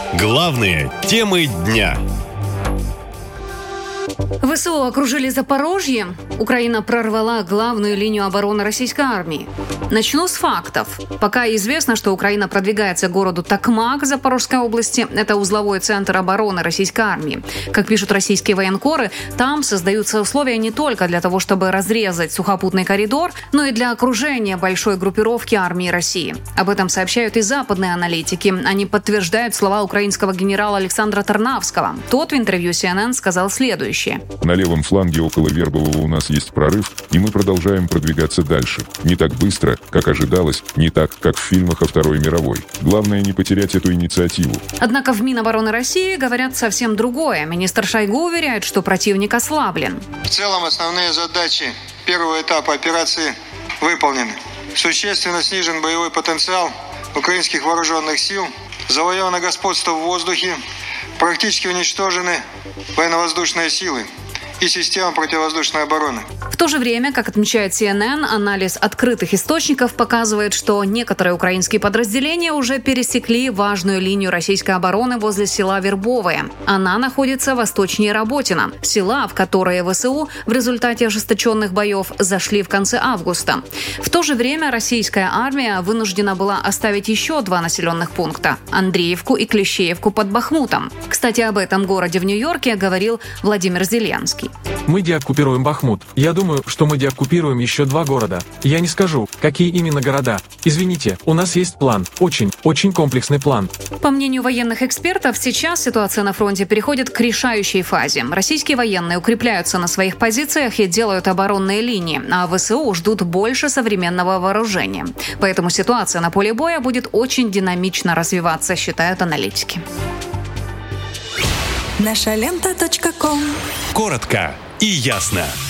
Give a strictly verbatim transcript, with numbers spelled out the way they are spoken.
Главные темы дня. ВСУ окружили Запорожье. Украина прорвала главную линию обороны российской армии. Начну с фактов. Пока известно, что Украина продвигается к городу Токмак Запорожской области. Это узловой центр обороны российской армии. Как пишут российские военкоры, там создаются условия не только для того, чтобы разрезать сухопутный коридор, но и для окружения большой группировки армии России. Об этом сообщают и западные аналитики. Они подтверждают слова украинского генерала Александра Тарнавского. Тот в интервью си эн эн сказал следующее. На левом фланге около Вербового у нас есть прорыв, и мы продолжаем продвигаться дальше. Не так быстро, как ожидалось, не так, как в фильмах о Второй мировой. Главное не потерять эту инициативу. Однако в Минобороны России говорят совсем другое. Министр Шойгу уверяет, что противник ослаблен. В целом основные задачи первого этапа операции выполнены. Существенно снижен боевой потенциал украинских вооруженных сил, завоевано господство в воздухе, практически уничтожены военно-воздушные силы и система противовоздушной обороны. В то же время, как отмечает си эн эн, анализ открытых источников показывает, что некоторые украинские подразделения уже пересекли важную линию российской обороны возле села Вербовое. Она находится восточнее Работина, села, в которые ВСУ в результате ожесточенных боев зашли в конце августа. В то же время российская армия вынуждена была оставить еще два населенных пункта – Андреевку и Клещеевку под Бахмутом. Кстати, об этом городе в Нью-Йорке говорил Владимир Зеленский. Мы деоккупируем Бахмут. Я думаю, что мы деоккупируем еще два города. Я не скажу, какие именно города. Извините, у нас есть план. Очень, очень комплексный план. По мнению военных экспертов, сейчас ситуация на фронте переходит к решающей фазе. Российские военные укрепляются на своих позициях и делают оборонные линии, а ВСУ ждут больше современного вооружения. Поэтому ситуация на поле боя будет очень динамично развиваться, считают аналитики. наша лента точка ком. Коротко и ясно.